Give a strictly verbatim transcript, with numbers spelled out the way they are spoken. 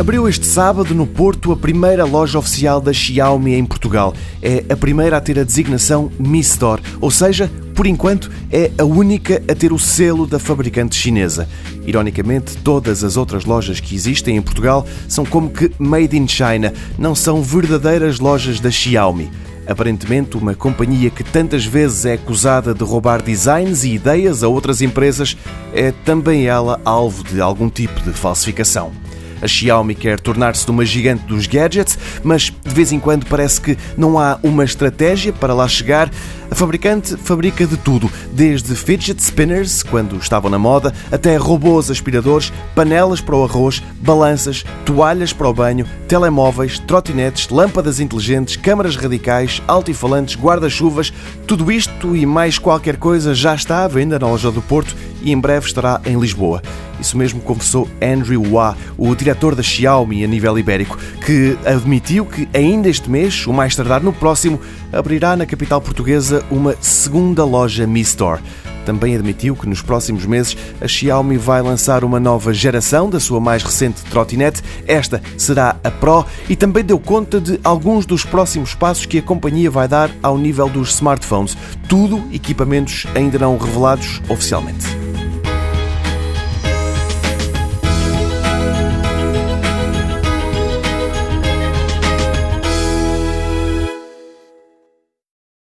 Abriu este sábado no Porto a primeira loja oficial da Xiaomi em Portugal. É a primeira a ter a designação Mi Store, ou seja, por enquanto é a única a ter o selo da fabricante chinesa. Ironicamente, todas as outras lojas que existem em Portugal são como que made in China, não são verdadeiras lojas da Xiaomi. Aparentemente, uma companhia que tantas vezes é acusada de roubar designs e ideias a outras empresas é também ela alvo de algum tipo de falsificação. A Xiaomi quer tornar-se numa gigante dos gadgets, mas de vez em quando parece que não há uma estratégia para lá chegar. A fabricante fabrica de tudo, desde fidget spinners, quando estavam na moda, até robôs aspiradores, panelas para o arroz, balanças, toalhas para o banho, telemóveis, trotinetes, lâmpadas inteligentes, câmaras radicais, altifalantes, guarda-chuvas. Tudo isto e mais qualquer coisa já está à venda na loja do Porto e em breve estará em Lisboa. Isso mesmo confessou Andrew Hua, o diretor da Xiaomi a nível ibérico, que admitiu que ainda este mês, o mais tardar no próximo, abrirá na capital portuguesa uma segunda loja Mi Store. Também admitiu que nos próximos meses a Xiaomi vai lançar uma nova geração da sua mais recente trotinete. Esta será a Pro, e também deu conta de alguns dos próximos passos que a companhia vai dar ao nível dos smartphones. Tudo equipamentos ainda não revelados oficialmente.